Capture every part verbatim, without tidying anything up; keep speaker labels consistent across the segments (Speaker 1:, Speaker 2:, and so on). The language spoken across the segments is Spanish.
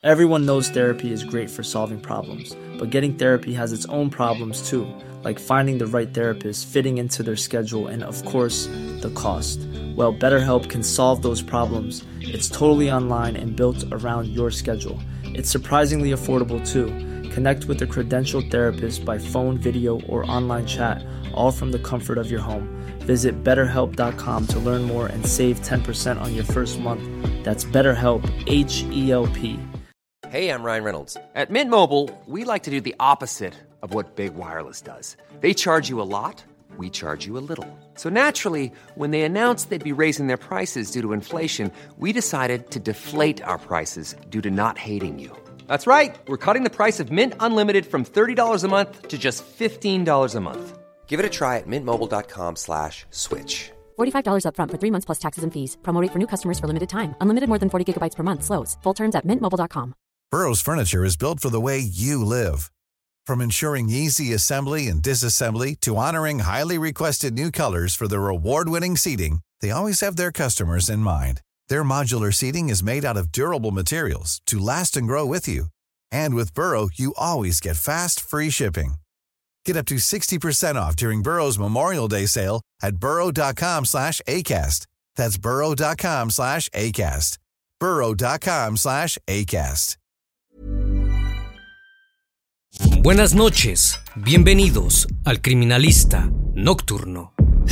Speaker 1: Everyone knows therapy is great for solving problems, but getting therapy has its own problems too, like finding the right therapist, fitting into their schedule, and of course, the cost. Well, BetterHelp can solve those problems. It's totally online and built around your schedule. It's surprisingly affordable too. Connect with a credentialed therapist by phone, video, or online chat, all from the comfort of your home. Visit better help dot com to learn more and save ten percent on your first month. That's BetterHelp, H E L P.
Speaker 2: Hey, I'm Ryan Reynolds. At Mint Mobile, we like to do the opposite of what Big Wireless does. They charge you a lot, we charge you a little. So naturally, when they announced they'd be raising their prices due to inflation, we decided to deflate our prices due to not hating you. That's right. We're cutting the price of Mint Unlimited from thirty dollars a month to just fifteen dollars a month. Give it a try at mintmobile.com slash switch.
Speaker 3: forty-five dollars up front for three months plus taxes and fees. Promo rate for new customers for limited time. Unlimited more than forty gigabytes per month slows. Full terms at mint mobile dot com.
Speaker 4: Burrow's furniture is built for the way you live. From ensuring easy assembly and disassembly to honoring highly requested new colors for their award-winning seating, they always have their customers in mind. Their modular seating is made out of durable materials to last and grow with you. And with Burrow, you always get fast, free shipping. Get up to sixty percent off during Burrow's Memorial Day sale at burrow.com slash ACAST. That's burrow.com slash ACAST. burrow.com slash ACAST.
Speaker 5: Buenas noches, bienvenidos al Criminalista Nocturno.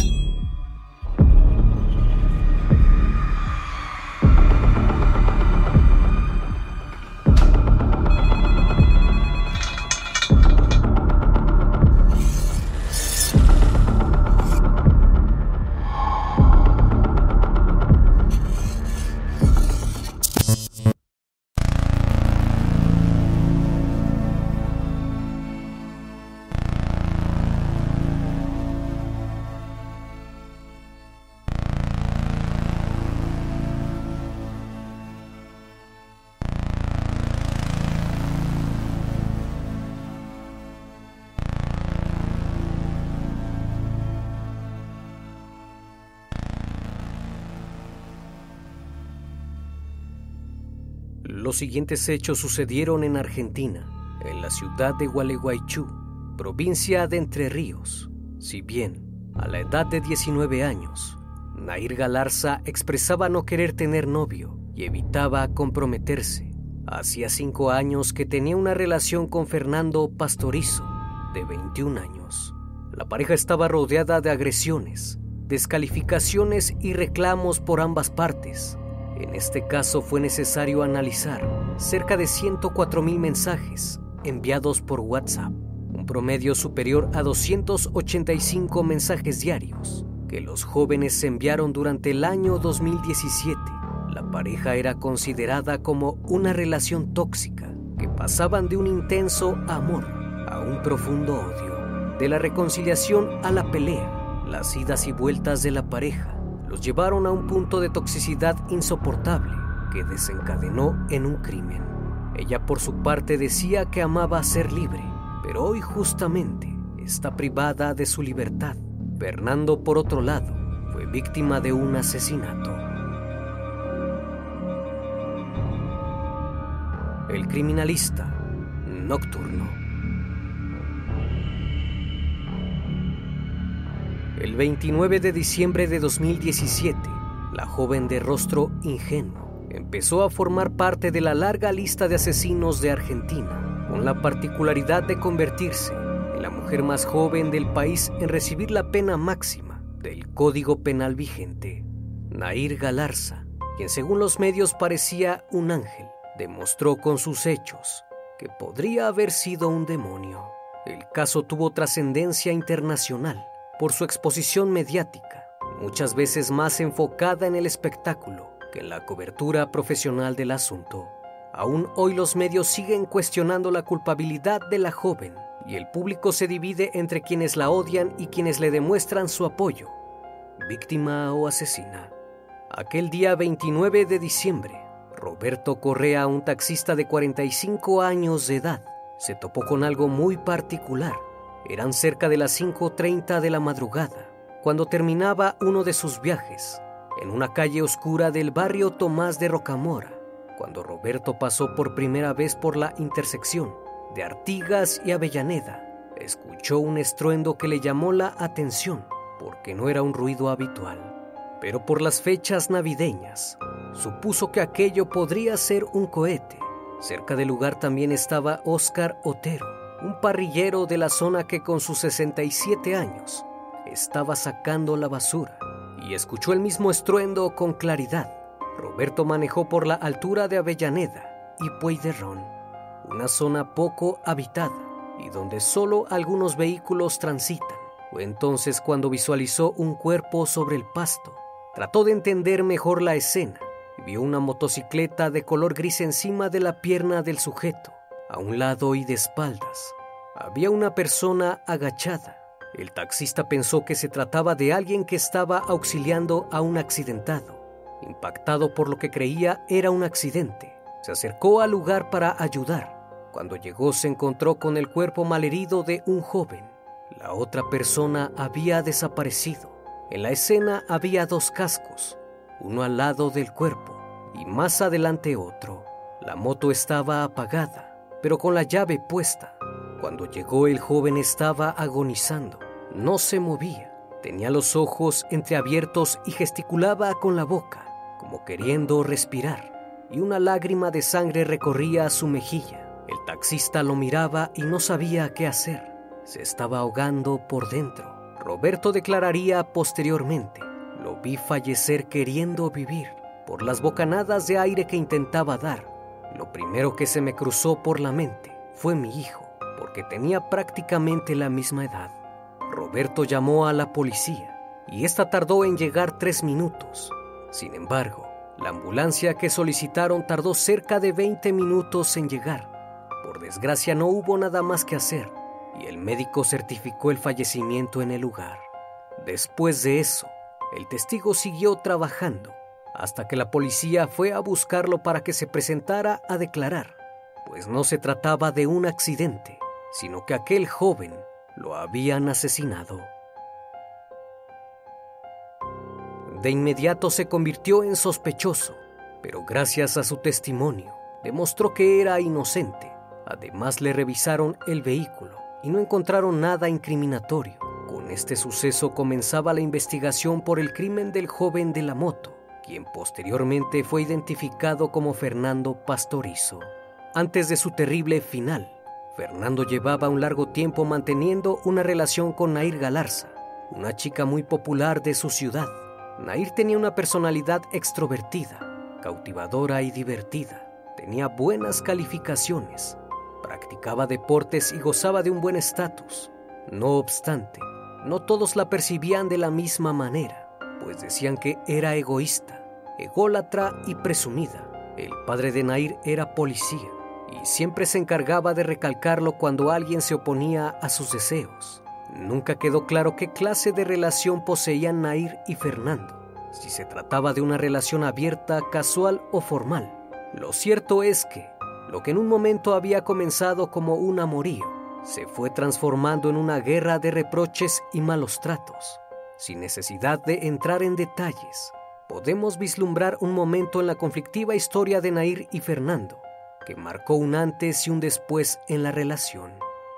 Speaker 5: Los siguientes hechos sucedieron en Argentina, en la ciudad de Gualeguaychú, provincia de Entre Ríos. Si bien, a la edad de diecinueve años, Nair Galarza expresaba no querer tener novio y evitaba comprometerse. Hacía cinco años que tenía una relación con Fernando Pastorizo, de veintiún años. La pareja estaba rodeada de agresiones, descalificaciones y reclamos por ambas partes. En este caso fue necesario analizar cerca de ciento cuatro mil mensajes enviados por WhatsApp, un promedio superior a doscientos ochenta y cinco mensajes diarios que los jóvenes se enviaron durante el año dos mil diecisiete. La pareja era considerada como una relación tóxica, que pasaban de un intenso amor a un profundo odio, de la reconciliación a la pelea. Las idas y vueltas de la pareja los llevaron a un punto de toxicidad insoportable que desencadenó en un crimen. Ella por su parte decía que amaba ser libre, pero hoy justamente está privada de su libertad. Fernando, por otro lado, fue víctima de un asesinato. El Criminalista Nocturno. El veintinueve de diciembre de dos mil diecisiete, la joven de rostro ingenuo empezó a formar parte de la larga lista de asesinos de Argentina, con la particularidad de convertirse en la mujer más joven del país en recibir la pena máxima del Código Penal vigente. Nair Galarza, quien según los medios parecía un ángel, demostró con sus hechos que podría haber sido un demonio. El caso tuvo trascendencia internacional por su exposición mediática, muchas veces más enfocada en el espectáculo que en la cobertura profesional del asunto. Aún hoy los medios siguen cuestionando la culpabilidad de la joven y el público se divide entre quienes la odian y quienes le demuestran su apoyo, víctima o asesina. Aquel día veintinueve de diciembre, Roberto Correa, un taxista de cuarenta y cinco años de edad, se topó con algo muy particular. Eran cerca de las cinco treinta de la madrugada, cuando terminaba uno de sus viajes, en una calle oscura del barrio Tomás de Rocamora, cuando Roberto pasó por primera vez por la intersección de Artigas y Avellaneda, escuchó un estruendo que le llamó la atención porque no era un ruido habitual. Pero por las fechas navideñas, supuso que aquello podría ser un cohete. Cerca del lugar también estaba Óscar Otero, un parrillero de la zona que con sus sesenta y siete años estaba sacando la basura y escuchó el mismo estruendo con claridad. Roberto manejó por la altura de Avellaneda y Pueyrredón, una zona poco habitada y donde solo algunos vehículos transitan. Fue entonces cuando visualizó un cuerpo sobre el pasto. Trató de entender mejor la escena y vio una motocicleta de color gris encima de la pierna del sujeto. A un lado y de espaldas había una persona agachada. El taxista pensó que se trataba de alguien que estaba auxiliando a un accidentado. Impactado por lo que creía era un accidente, se acercó al lugar para ayudar. Cuando llegó se encontró con el cuerpo malherido de un joven. La otra persona había desaparecido. En la escena había dos cascos, uno al lado del cuerpo y más adelante otro. La moto estaba apagada, pero con la llave puesta. Cuando llegó el joven estaba agonizando. No se movía, tenía los ojos entreabiertos y gesticulaba con la boca, como queriendo respirar, y una lágrima de sangre recorría su mejilla. El taxista lo miraba y no sabía qué hacer. Se estaba ahogando por dentro. Roberto declararía posteriormente: lo vi fallecer queriendo vivir por las bocanadas de aire que intentaba dar. Lo primero que se me cruzó por la mente fue mi hijo, porque tenía prácticamente la misma edad. Roberto llamó a la policía y esta tardó en llegar tres minutos. Sin embargo, la ambulancia que solicitaron tardó cerca de veinte minutos en llegar. Por desgracia no hubo nada más que hacer y el médico certificó el fallecimiento en el lugar. Después de eso, el testigo siguió trabajando hasta que la policía fue a buscarlo para que se presentara a declarar, pues no se trataba de un accidente, sino que aquel joven lo habían asesinado. De inmediato se convirtió en sospechoso, pero gracias a su testimonio demostró que era inocente. Además le revisaron el vehículo y no encontraron nada incriminatorio. Con este suceso comenzaba la investigación por el crimen del joven de la moto, quien posteriormente fue identificado como Fernando Pastorizo. Antes de su terrible final, Fernando llevaba un largo tiempo manteniendo una relación con Nair Galarza, una chica muy popular de su ciudad. Nair tenía una personalidad extrovertida, cautivadora y divertida. Tenía buenas calificaciones, practicaba deportes y gozaba de un buen estatus. No obstante, no todos la percibían de la misma manera, pues decían que era egoísta, ególatra y presumida. El padre de Nair era policía y siempre se encargaba de recalcarlo cuando alguien se oponía a sus deseos. Nunca quedó claro qué clase de relación poseían Nair y Fernando, si se trataba de una relación abierta, casual o formal. Lo cierto es que lo que en un momento había comenzado como un amorío se fue transformando en una guerra de reproches y malos tratos. Sin necesidad de entrar en detalles, podemos vislumbrar un momento en la conflictiva historia de Nair y Fernando que marcó un antes y un después en la relación.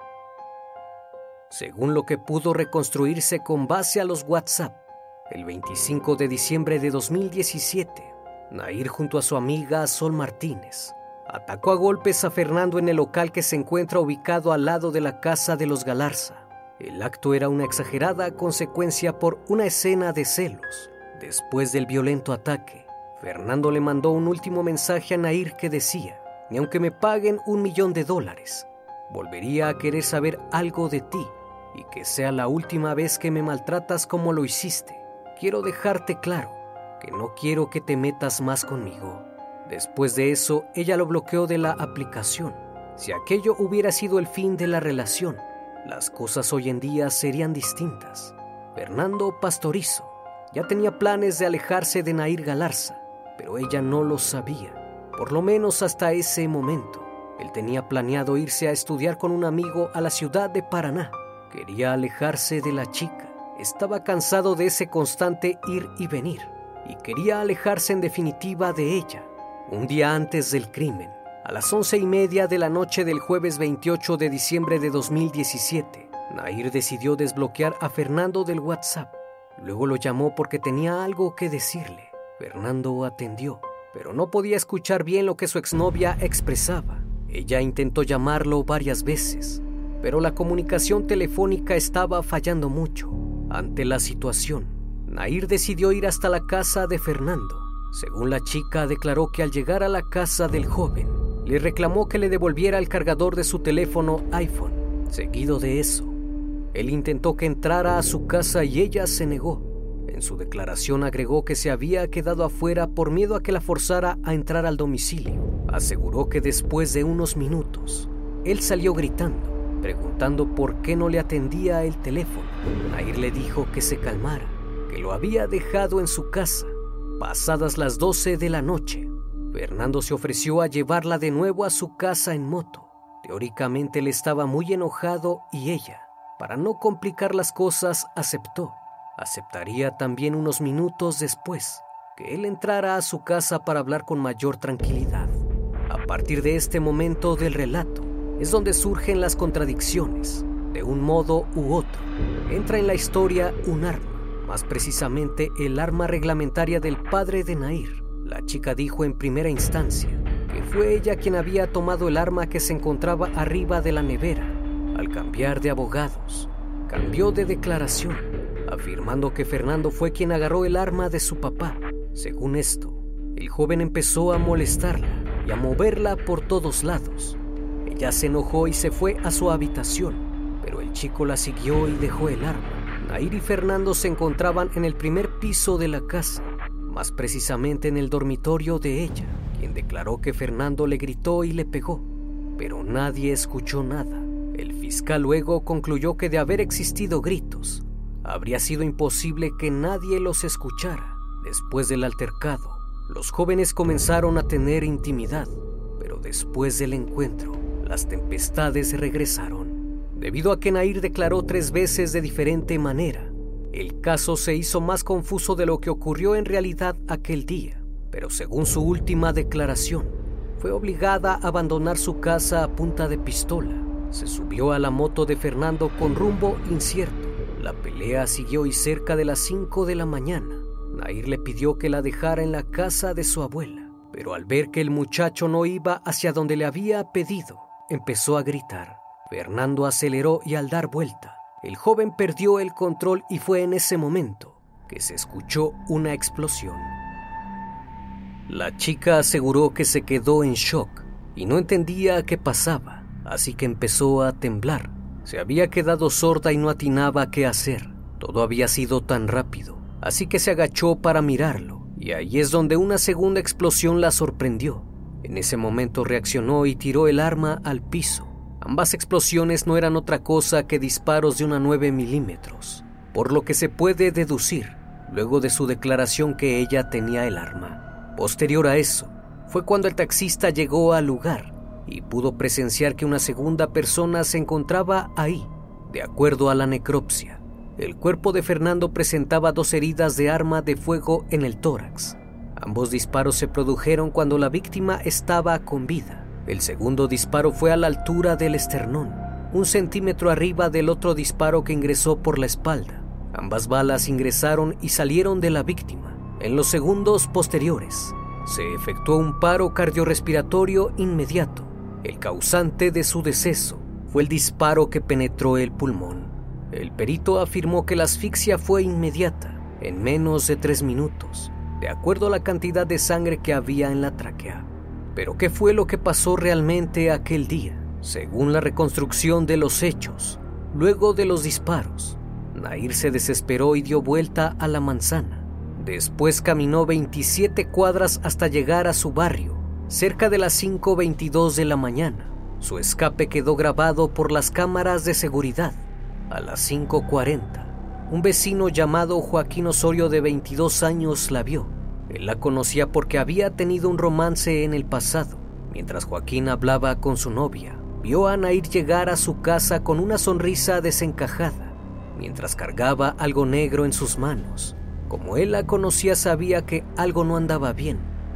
Speaker 5: Según lo que pudo reconstruirse con base a los WhatsApp, el veinticinco de diciembre de dos mil diecisiete, Nair junto a su amiga Sol Martínez atacó a golpes a Fernando en el local que se encuentra ubicado al lado de la casa de los Galarza. El acto era una exagerada consecuencia por una escena de celos. Después del violento ataque, Fernando le mandó un último mensaje a Nair que decía: ni aunque me paguen un millón de dólares, volvería a querer saber algo de ti, y que sea la última vez que me maltratas como lo hiciste. Quiero dejarte claro que no quiero que te metas más conmigo. Después de eso, ella lo bloqueó de la aplicación. Si aquello hubiera sido el fin de la relación, las cosas hoy en día serían distintas. Fernando Pastorizo ya tenía planes de alejarse de Nair Galarza, pero ella no lo sabía, por lo menos hasta ese momento. Él tenía planeado irse a estudiar con un amigo a la ciudad de Paraná. Quería alejarse de la chica. Estaba cansado de ese constante ir y venir y quería alejarse en definitiva de ella. Un día antes del crimen, a las once y media de la noche del jueves veintiocho de diciembre de dos mil diecisiete, Nair decidió desbloquear a Fernando del WhatsApp. Luego lo llamó porque tenía algo que decirle. Fernando atendió, pero no podía escuchar bien lo que su exnovia expresaba. Ella intentó llamarlo varias veces, pero la comunicación telefónica estaba fallando mucho. Ante la situación, Nair decidió ir hasta la casa de Fernando. Según la chica, declaró que al llegar a la casa del joven, le reclamó que le devolviera el cargador de su teléfono iPhone. Seguido de eso, él intentó que entrara a su casa y ella se negó. En su declaración agregó que se había quedado afuera por miedo a que la forzara a entrar al domicilio. Aseguró que después de unos minutos, él salió gritando, preguntando por qué no le atendía el teléfono. Nair le dijo que se calmara, que lo había dejado en su casa. Pasadas las doce de la noche, Fernando se ofreció a llevarla de nuevo a su casa en moto. Teóricamente él estaba muy enojado y ella, para no complicar las cosas, aceptó. Aceptaría también unos minutos después que él entrara a su casa para hablar con mayor tranquilidad. A partir de este momento del relato es donde surgen las contradicciones. De un modo u otro, entra en la historia un arma, más precisamente el arma reglamentaria del padre de Nair. La chica dijo en primera instancia que fue ella quien había tomado el arma que se encontraba arriba de la nevera. Al cambiar de abogados, cambió de declaración, afirmando que Fernando fue quien agarró el arma de su papá. Según esto, el joven empezó a molestarla y a moverla por todos lados. Ella se enojó y se fue a su habitación, pero el chico la siguió y dejó el arma. Nair y Fernando se encontraban en el primer piso de la casa, más precisamente en el dormitorio de ella, quien declaró que Fernando le gritó y le pegó, pero nadie escuchó nada. El fiscal luego concluyó que de haber existido gritos, habría sido imposible que nadie los escuchara. Después del altercado, los jóvenes comenzaron a tener intimidad, pero después del encuentro, las tempestades regresaron. Debido a que Nair declaró tres veces de diferente manera, el caso se hizo más confuso de lo que ocurrió en realidad aquel día, pero según su última declaración, fue obligada a abandonar su casa a punta de pistola. Se subió a la moto de Fernando con rumbo incierto. La pelea siguió y cerca de las cinco de la mañana, Nair le pidió que la dejara en la casa de su abuela, pero al ver que el muchacho no iba hacia donde le había pedido, empezó a gritar. Fernando aceleró y al dar vuelta, el joven perdió el control y fue en ese momento que se escuchó una explosión. La chica aseguró que se quedó en shock y no entendía qué pasaba. Así que empezó a temblar. Se había quedado sorda y no atinaba qué hacer. Todo había sido tan rápido, así que se agachó para mirarlo, y ahí es donde una segunda explosión la sorprendió. En ese momento reaccionó y tiró el arma al piso. Ambas explosiones no eran otra cosa que disparos de una nueve milímetros, por lo que se puede deducir, luego de su declaración, que ella tenía el arma. Posterior a eso, fue cuando el taxista llegó al lugar y pudo presenciar que una segunda persona se encontraba ahí. De acuerdo a la necropsia, el cuerpo de Fernando presentaba dos heridas de arma de fuego en el tórax. Ambos disparos se produjeron cuando la víctima estaba con vida. El segundo disparo fue a la altura del esternón, un centímetro arriba del otro disparo que ingresó por la espalda. Ambas balas ingresaron y salieron de la víctima. En los segundos posteriores, se efectuó un paro cardiorrespiratorio inmediato. El causante de su deceso fue el disparo que penetró el pulmón. El perito afirmó que la asfixia fue inmediata, en menos de tres minutos, de acuerdo a la cantidad de sangre que había en la tráquea. Pero ¿qué fue lo que pasó realmente aquel día? Según la reconstrucción de los hechos, luego de los disparos, Nair se desesperó y dio vuelta a la manzana. Después caminó veintisiete cuadras hasta llegar a su barrio, cerca de las cinco veintidós de la mañana. Su escape quedó grabado por las cámaras de seguridad. A las cinco cuarenta, un vecino llamado Joaquín Osorio, de veintidós años, la vio. Él la conocía porque había tenido un romance en el pasado. Mientras Joaquín hablaba con su novia, vio a Nair llegar a su casa con una sonrisa desencajada, mientras cargaba algo negro en sus manos. Como él la conocía, sabía que algo no andaba bien.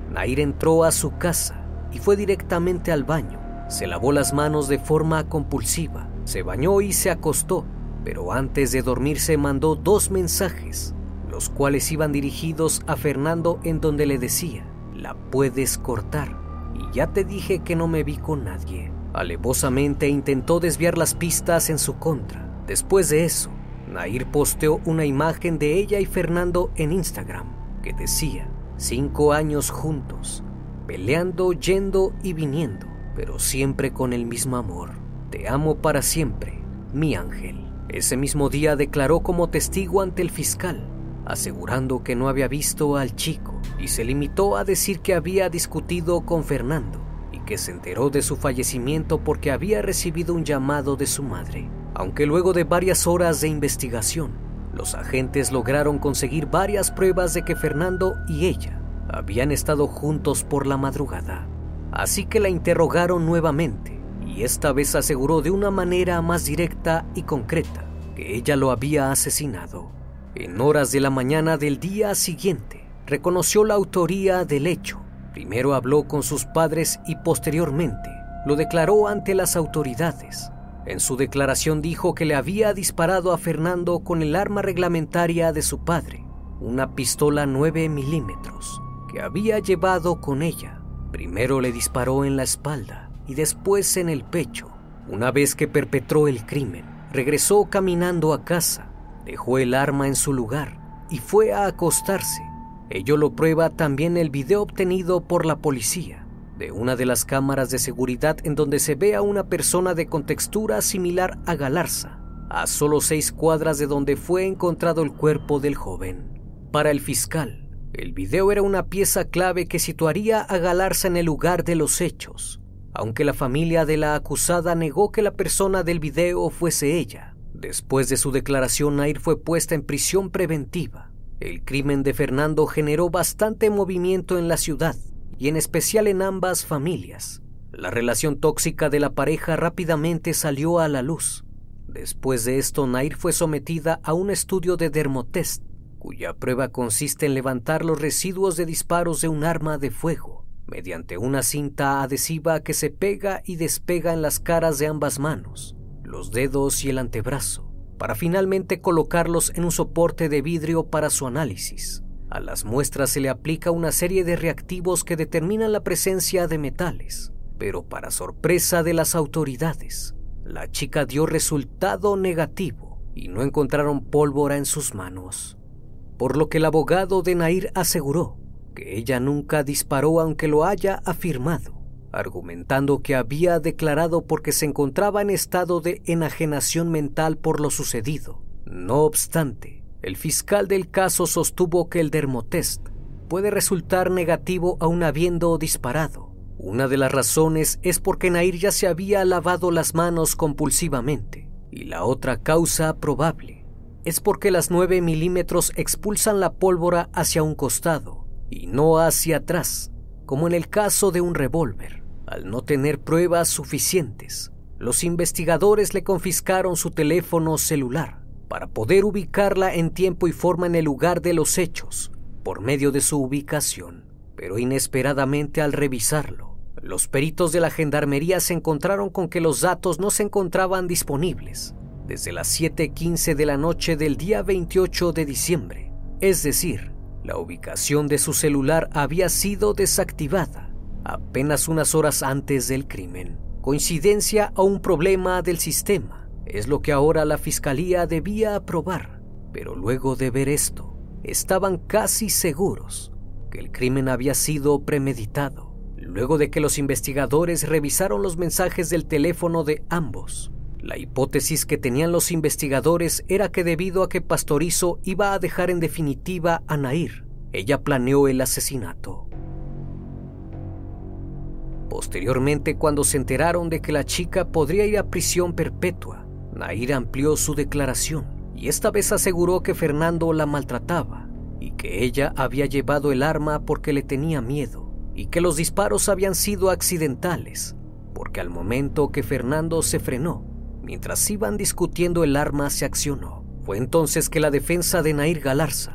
Speaker 5: Nair entró a su casa y fue directamente al baño. Se lavó las manos de forma compulsiva, se bañó y se acostó, pero antes de dormirse mandó dos mensajes, los cuales iban dirigidos a Fernando, en donde le decía: la puedes cortar, y ya te dije que no me vi con nadie. Alevosamente intentó desviar las pistas en su contra. Después de eso, Nair posteó una imagen de ella y Fernando en Instagram que decía: cinco años juntos, peleando, yendo y viniendo, pero siempre con el mismo amor. Te amo para siempre, mi ángel. Ese mismo día declaró como testigo ante el fiscal, asegurando que no había visto al chico y se limitó a decir que había discutido con Fernando y que se enteró de su fallecimiento porque había recibido un llamado de su madre. Aunque luego de varias horas de investigación, los agentes lograron conseguir varias pruebas de que Fernando y ella habían estado juntos por la madrugada. Así que la interrogaron nuevamente y esta vez aseguró de una manera más directa y concreta que ella lo había asesinado. En horas de la mañana del día siguiente, reconoció la autoría del hecho. Primero habló con sus padres y posteriormente lo declaró ante las autoridades. En su declaración dijo que le había disparado a Fernando con el arma reglamentaria de su padre, una pistola nueve milímetros que había llevado con ella. Primero le disparó en la espalda y después en el pecho. Una vez que perpetró el crimen, regresó caminando a casa, dejó el arma en su lugar y fue a acostarse. Ello lo prueba también el video obtenido por la policía de una de las cámaras de seguridad, en donde se ve a una persona de contextura similar a Galarza, a solo seis cuadras de donde fue encontrado el cuerpo del joven. Para el fiscal, el video era una pieza clave que situaría a Galarza en el lugar de los hechos, aunque la familia de la acusada negó que la persona del video fuese ella. Después de su declaración, Nair fue puesta en prisión preventiva. El crimen de Fernando generó bastante movimiento en la ciudad, y en especial en ambas familias. La relación tóxica de la pareja rápidamente salió a la luz. Después de esto, Nair fue sometida a un estudio de dermotest, cuya prueba consiste en levantar los residuos de disparos de un arma de fuego mediante una cinta adhesiva que se pega y despega en las caras de ambas manos, los dedos y el antebrazo, para finalmente colocarlos en un soporte de vidrio para su análisis. A las muestras se le aplica una serie de reactivos que determinan la presencia de metales, pero para sorpresa de las autoridades, la chica dio resultado negativo y no encontraron pólvora en sus manos. Por lo que el abogado de Nair aseguró que ella nunca disparó, aunque lo haya afirmado, argumentando que había declarado porque se encontraba en estado de enajenación mental por lo sucedido. No obstante, el fiscal del caso sostuvo que el dermotest puede resultar negativo aún habiendo disparado. Una de las razones es porque Nair ya se había lavado las manos compulsivamente, y la otra causa probable es porque las nueve milímetros expulsan la pólvora hacia un costado y no hacia atrás, como en el caso de un revólver. Al no tener pruebas suficientes, los investigadores le confiscaron su teléfono celular para poder ubicarla en tiempo y forma en el lugar de los hechos por medio de su ubicación. Pero inesperadamente, al revisarlo, los peritos de la gendarmería se encontraron con que los datos no se encontraban disponibles desde las siete quince de la noche del día veintiocho de diciembre. Es decir, la ubicación de su celular había sido desactivada apenas unas horas antes del crimen. ¿Coincidencia o un problema del sistema? Es lo que ahora la fiscalía debía aprobar. Pero luego de ver esto, estaban casi seguros que el crimen había sido premeditado. Luego de que los investigadores revisaron los mensajes del teléfono de ambos, la hipótesis que tenían los investigadores era que debido a que Pastorizo iba a dejar en definitiva a Nair, ella planeó el asesinato. Posteriormente, cuando se enteraron de que la chica podría ir a prisión perpetua, Nair amplió su declaración y esta vez aseguró que Fernando la maltrataba y que ella había llevado el arma porque le tenía miedo y que los disparos habían sido accidentales, porque al momento que Fernando se frenó, mientras iban discutiendo, el arma se accionó. Fue entonces que la defensa de Nair Galarza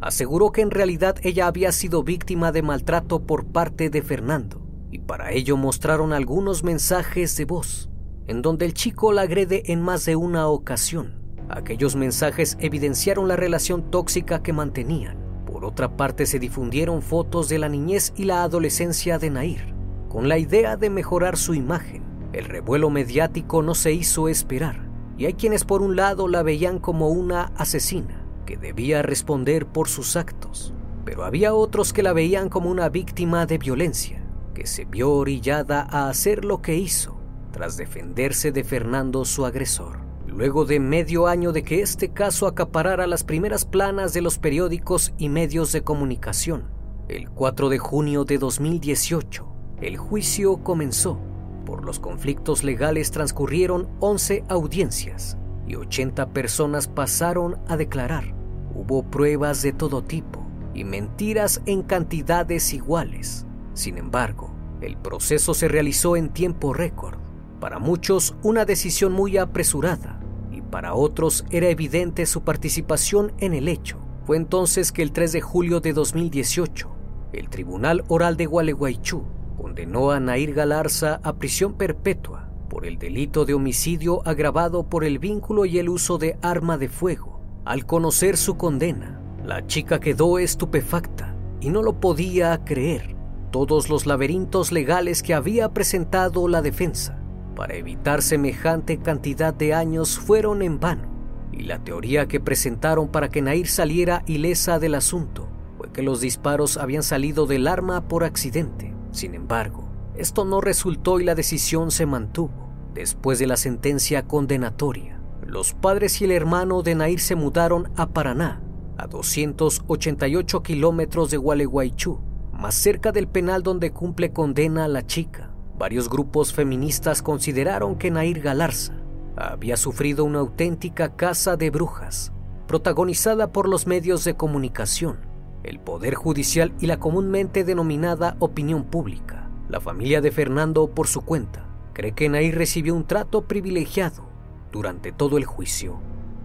Speaker 5: aseguró que en realidad ella había sido víctima de maltrato por parte de Fernando, y para ello mostraron algunos mensajes de voz, en donde el chico la agrede en más de una ocasión. Aquellos mensajes evidenciaron la relación tóxica que mantenían. Por otra parte, se difundieron fotos de la niñez y la adolescencia de Nair, con la idea de mejorar su imagen. El revuelo mediático no se hizo esperar, y hay quienes por un lado la veían como una asesina que debía responder por sus actos, pero había otros que la veían como una víctima de violencia, que se vio orillada a hacer lo que hizo tras defenderse de Fernando, su agresor. Luego de medio año de que este caso acaparara las primeras planas de los periódicos y medios de comunicación, el cuatro de junio de dos mil dieciocho, el juicio comenzó. Por los conflictos legales transcurrieron once audiencias y ochenta personas pasaron a declarar. Hubo pruebas de todo tipo y mentiras en cantidades iguales. Sin embargo, el proceso se realizó en tiempo récord. Para muchos, una decisión muy apresurada, y para otros era evidente su participación en el hecho. Fue entonces que el tres de julio de dos mil dieciocho, el Tribunal Oral de Gualeguaychú condenó a Nair Galarza a prisión perpetua por el delito de homicidio agravado por el vínculo y el uso de arma de fuego. Al conocer su condena, la chica quedó estupefacta y no lo podía creer. Todos los laberintos legales que había presentado la defensa para evitar semejante cantidad de años fueron en vano, y la teoría que presentaron para que Nair saliera ilesa del asunto fue que los disparos habían salido del arma por accidente. Sin embargo, esto no resultó y la decisión se mantuvo. Después de la sentencia condenatoria, los padres y el hermano de Nair se mudaron a Paraná, a doscientos ochenta y ocho kilómetros de Gualeguaychú, más cerca del penal donde cumple condena la chica. Varios grupos feministas consideraron que Nair Galarza había sufrido una auténtica caza de brujas, protagonizada por los medios de comunicación, el Poder Judicial y la comúnmente denominada opinión pública. La familia de Fernando, por su cuenta, cree que Nair recibió un trato privilegiado durante todo el juicio.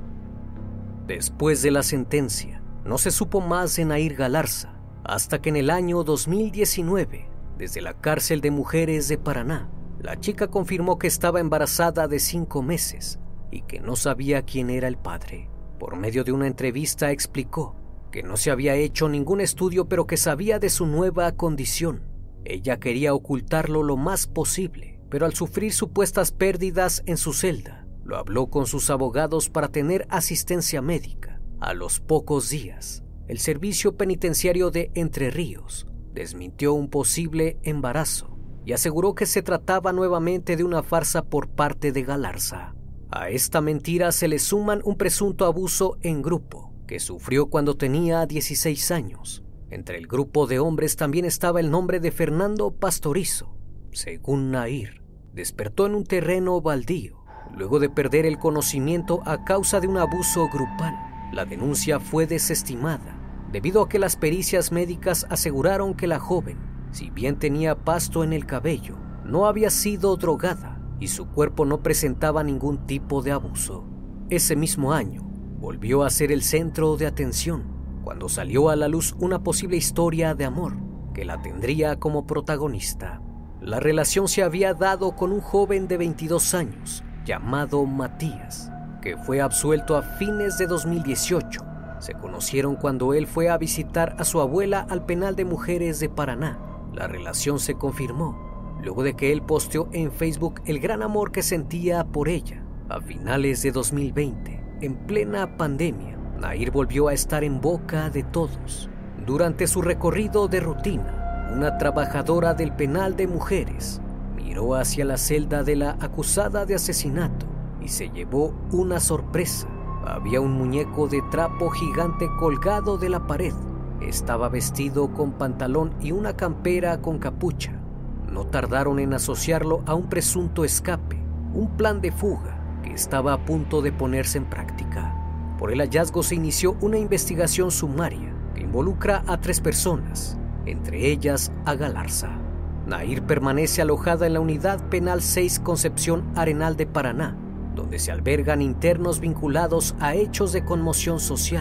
Speaker 5: Después de la sentencia, no se supo más de Nair Galarza, hasta que en el año dos mil diecinueve, desde la cárcel de mujeres de Paraná, la chica confirmó que estaba embarazada de cinco meses y que no sabía quién era el padre. Por medio de una entrevista explicó que no se había hecho ningún estudio, pero que sabía de su nueva condición. Ella quería ocultarlo lo más posible, pero al sufrir supuestas pérdidas en su celda, lo habló con sus abogados para tener asistencia médica. A los pocos días, el Servicio Penitenciario de Entre Ríos desmintió un posible embarazo y aseguró que se trataba nuevamente de una farsa por parte de Galarza. A esta mentira se le suman un presunto abuso en grupo que sufrió cuando tenía dieciséis años. Entre el grupo de hombres también estaba el nombre de Fernando Pastorizo. Según Nair, despertó en un terreno baldío luego de perder el conocimiento a causa de un abuso grupal. La denuncia fue desestimada debido a que las pericias médicas aseguraron que la joven, si bien tenía pasto en el cabello, no había sido drogada y su cuerpo no presentaba ningún tipo de abuso. Ese mismo año, volvió a ser el centro de atención cuando salió a la luz una posible historia de amor que la tendría como protagonista. La relación se había dado con un joven de veintidós años llamado Matías, que fue absuelto a fines de dos mil dieciocho. Se conocieron cuando él fue a visitar a su abuela al penal de mujeres de Paraná. La relación se confirmó luego de que él posteó en Facebook el gran amor que sentía por ella. A finales de dos mil veinte, en plena pandemia, Nair volvió a estar en boca de todos. Durante su recorrido de rutina, una trabajadora del penal de mujeres miró hacia la celda de la acusada de asesinato y se llevó una sorpresa. Había un muñeco de trapo gigante colgado de la pared. Estaba vestido con pantalón y una campera con capucha. No tardaron en asociarlo a un presunto escape, un plan de fuga que estaba a punto de ponerse en práctica. Por el hallazgo se inició una investigación sumaria que involucra a tres personas, entre ellas a Galarza. Nair permanece alojada en la Unidad Penal seis Concepción Arenal de Paraná, donde se albergan internos vinculados a hechos de conmoción social.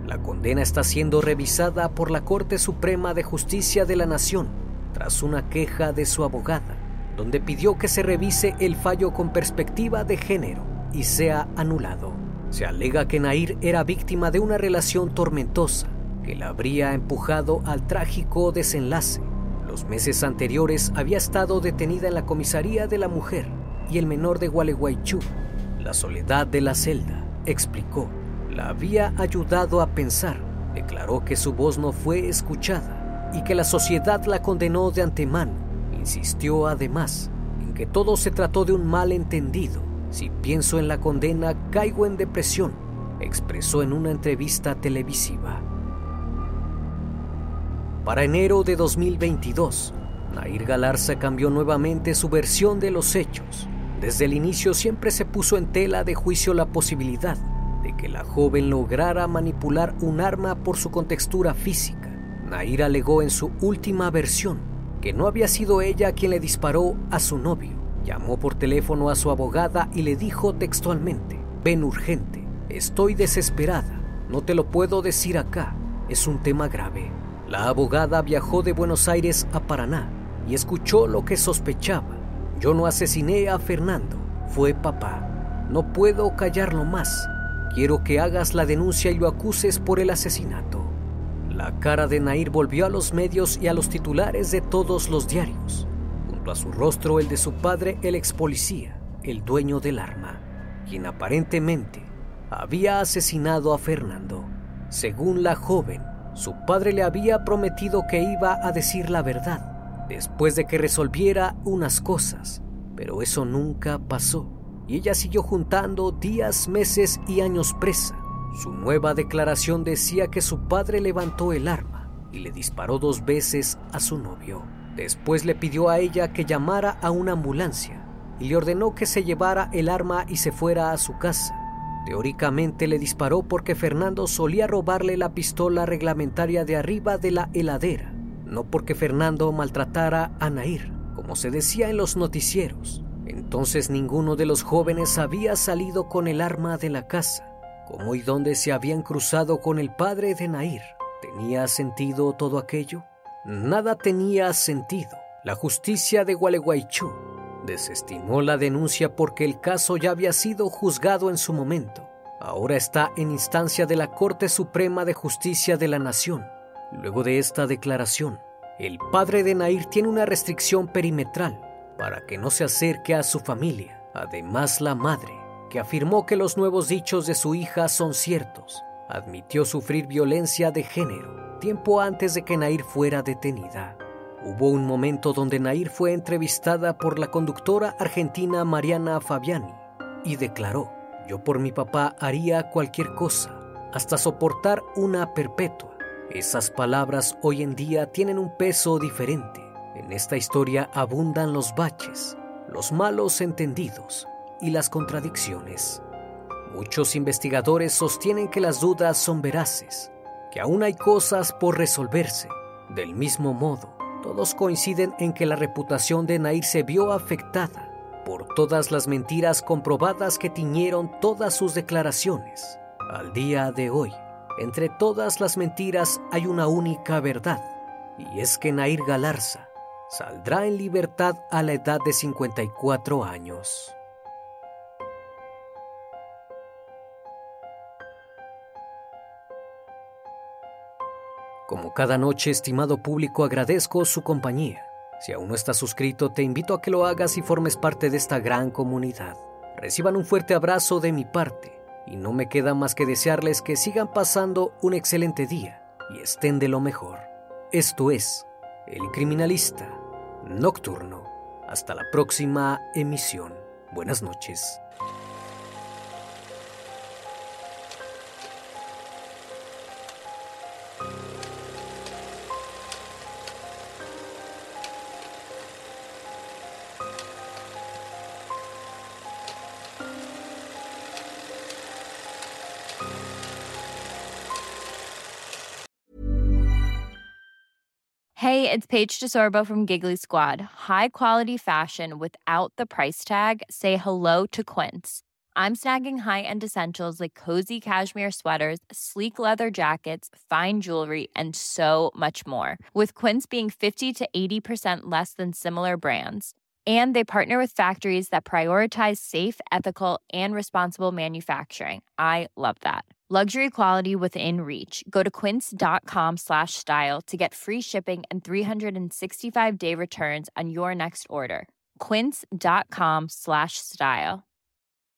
Speaker 5: La condena está siendo revisada por la Corte Suprema de Justicia de la Nación tras una queja de su abogada, donde pidió que se revise el fallo con perspectiva de género y sea anulado. Se alega que Nair era víctima de una relación tormentosa que la habría empujado al trágico desenlace. Los meses anteriores había estado detenida en la comisaría de la mujer y el menor de Gualeguaychú. La soledad de la celda, explicó, la había ayudado a pensar. Declaró que su voz no fue escuchada y que la sociedad la condenó de antemano. Insistió además en que todo se trató de un malentendido. Si pienso en la condena, caigo en depresión, expresó en una entrevista televisiva. Para enero de dos mil veintidós, Nair Galarza cambió nuevamente su versión de los hechos. Desde el inicio siempre se puso en tela de juicio la posibilidad de que la joven lograra manipular un arma por su contextura física. Nair alegó en su última versión que no había sido ella quien le disparó a su novio. Llamó por teléfono a su abogada y le dijo textualmente: «Ven urgente, estoy desesperada, no te lo puedo decir acá, es un tema grave». La abogada viajó de Buenos Aires a Paraná y escuchó lo que sospechaba. «Yo no asesiné a Fernando, fue papá. No puedo callarlo más. Quiero que hagas la denuncia y lo acuses por el asesinato». La cara de Nair volvió a los medios y a los titulares de todos los diarios. Junto a su rostro el de su padre, el ex policía, el dueño del arma, quien aparentemente había asesinado a Fernando. Según la joven, su padre le había prometido que iba a decir la verdad después de que resolviera unas cosas, pero eso nunca pasó y ella siguió juntando días, meses y años presa. Su nueva declaración decía que su padre levantó el arma y le disparó dos veces a su novio. Después le pidió a ella que llamara a una ambulancia y le ordenó que se llevara el arma y se fuera a su casa. Teóricamente le disparó porque Fernando solía robarle la pistola reglamentaria de arriba de la heladera, no porque Fernando maltratara a Nair, como se decía en los noticieros. Entonces ninguno de los jóvenes había salido con el arma de la casa. ¿Cómo y dónde se habían cruzado con el padre de Nair? ¿Tenía sentido todo aquello? Nada tenía sentido. La justicia de Gualeguaychú desestimó la denuncia porque el caso ya había sido juzgado en su momento. Ahora está en instancia de la Corte Suprema de Justicia de la Nación. Luego de esta declaración, el padre de Nair tiene una restricción perimetral para que no se acerque a su familia. Además, la madre, que afirmó que los nuevos dichos de su hija son ciertos, admitió sufrir violencia de género tiempo antes de que Nair fuera detenida. Hubo un momento donde Nair fue entrevistada por la conductora argentina Mariana Fabiani y declaró: «Yo por mi papá haría cualquier cosa, hasta soportar una perpetua». Esas palabras hoy en día tienen un peso diferente. En esta historia abundan los baches, los malos entendidos y las contradicciones. Muchos investigadores sostienen que las dudas son veraces, que aún hay cosas por resolverse. Del mismo modo, todos coinciden en que la reputación de Nair se vio afectada por todas las mentiras comprobadas que tiñeron todas sus declaraciones. Al día de hoy, entre todas las mentiras hay una única verdad, y es que Nair Galarza saldrá en libertad a la edad de cincuenta y cuatro años. Como cada noche, estimado público, agradezco su compañía. Si aún no estás suscrito, te invito a que lo hagas y formes parte de esta gran comunidad. Reciban un fuerte abrazo de mi parte y no me queda más que desearles que sigan pasando un excelente día y estén de lo mejor. Esto es El Criminalista Nocturno. Hasta la próxima emisión. Buenas noches.
Speaker 6: Hey, it's Paige DeSorbo from Giggly Squad. High quality fashion without the price tag. Say hello to Quince. I'm snagging high-end essentials like cozy cashmere sweaters, sleek leather jackets, fine jewelry, and so much more. With Quince being fifty to eighty percent less than similar brands. And they partner with factories that prioritize safe, ethical, and responsible manufacturing. I love that. Luxury quality within reach. Go to quince.com slash style to get free shipping and three sixty-five day returns on your next order. Quince.com slash style.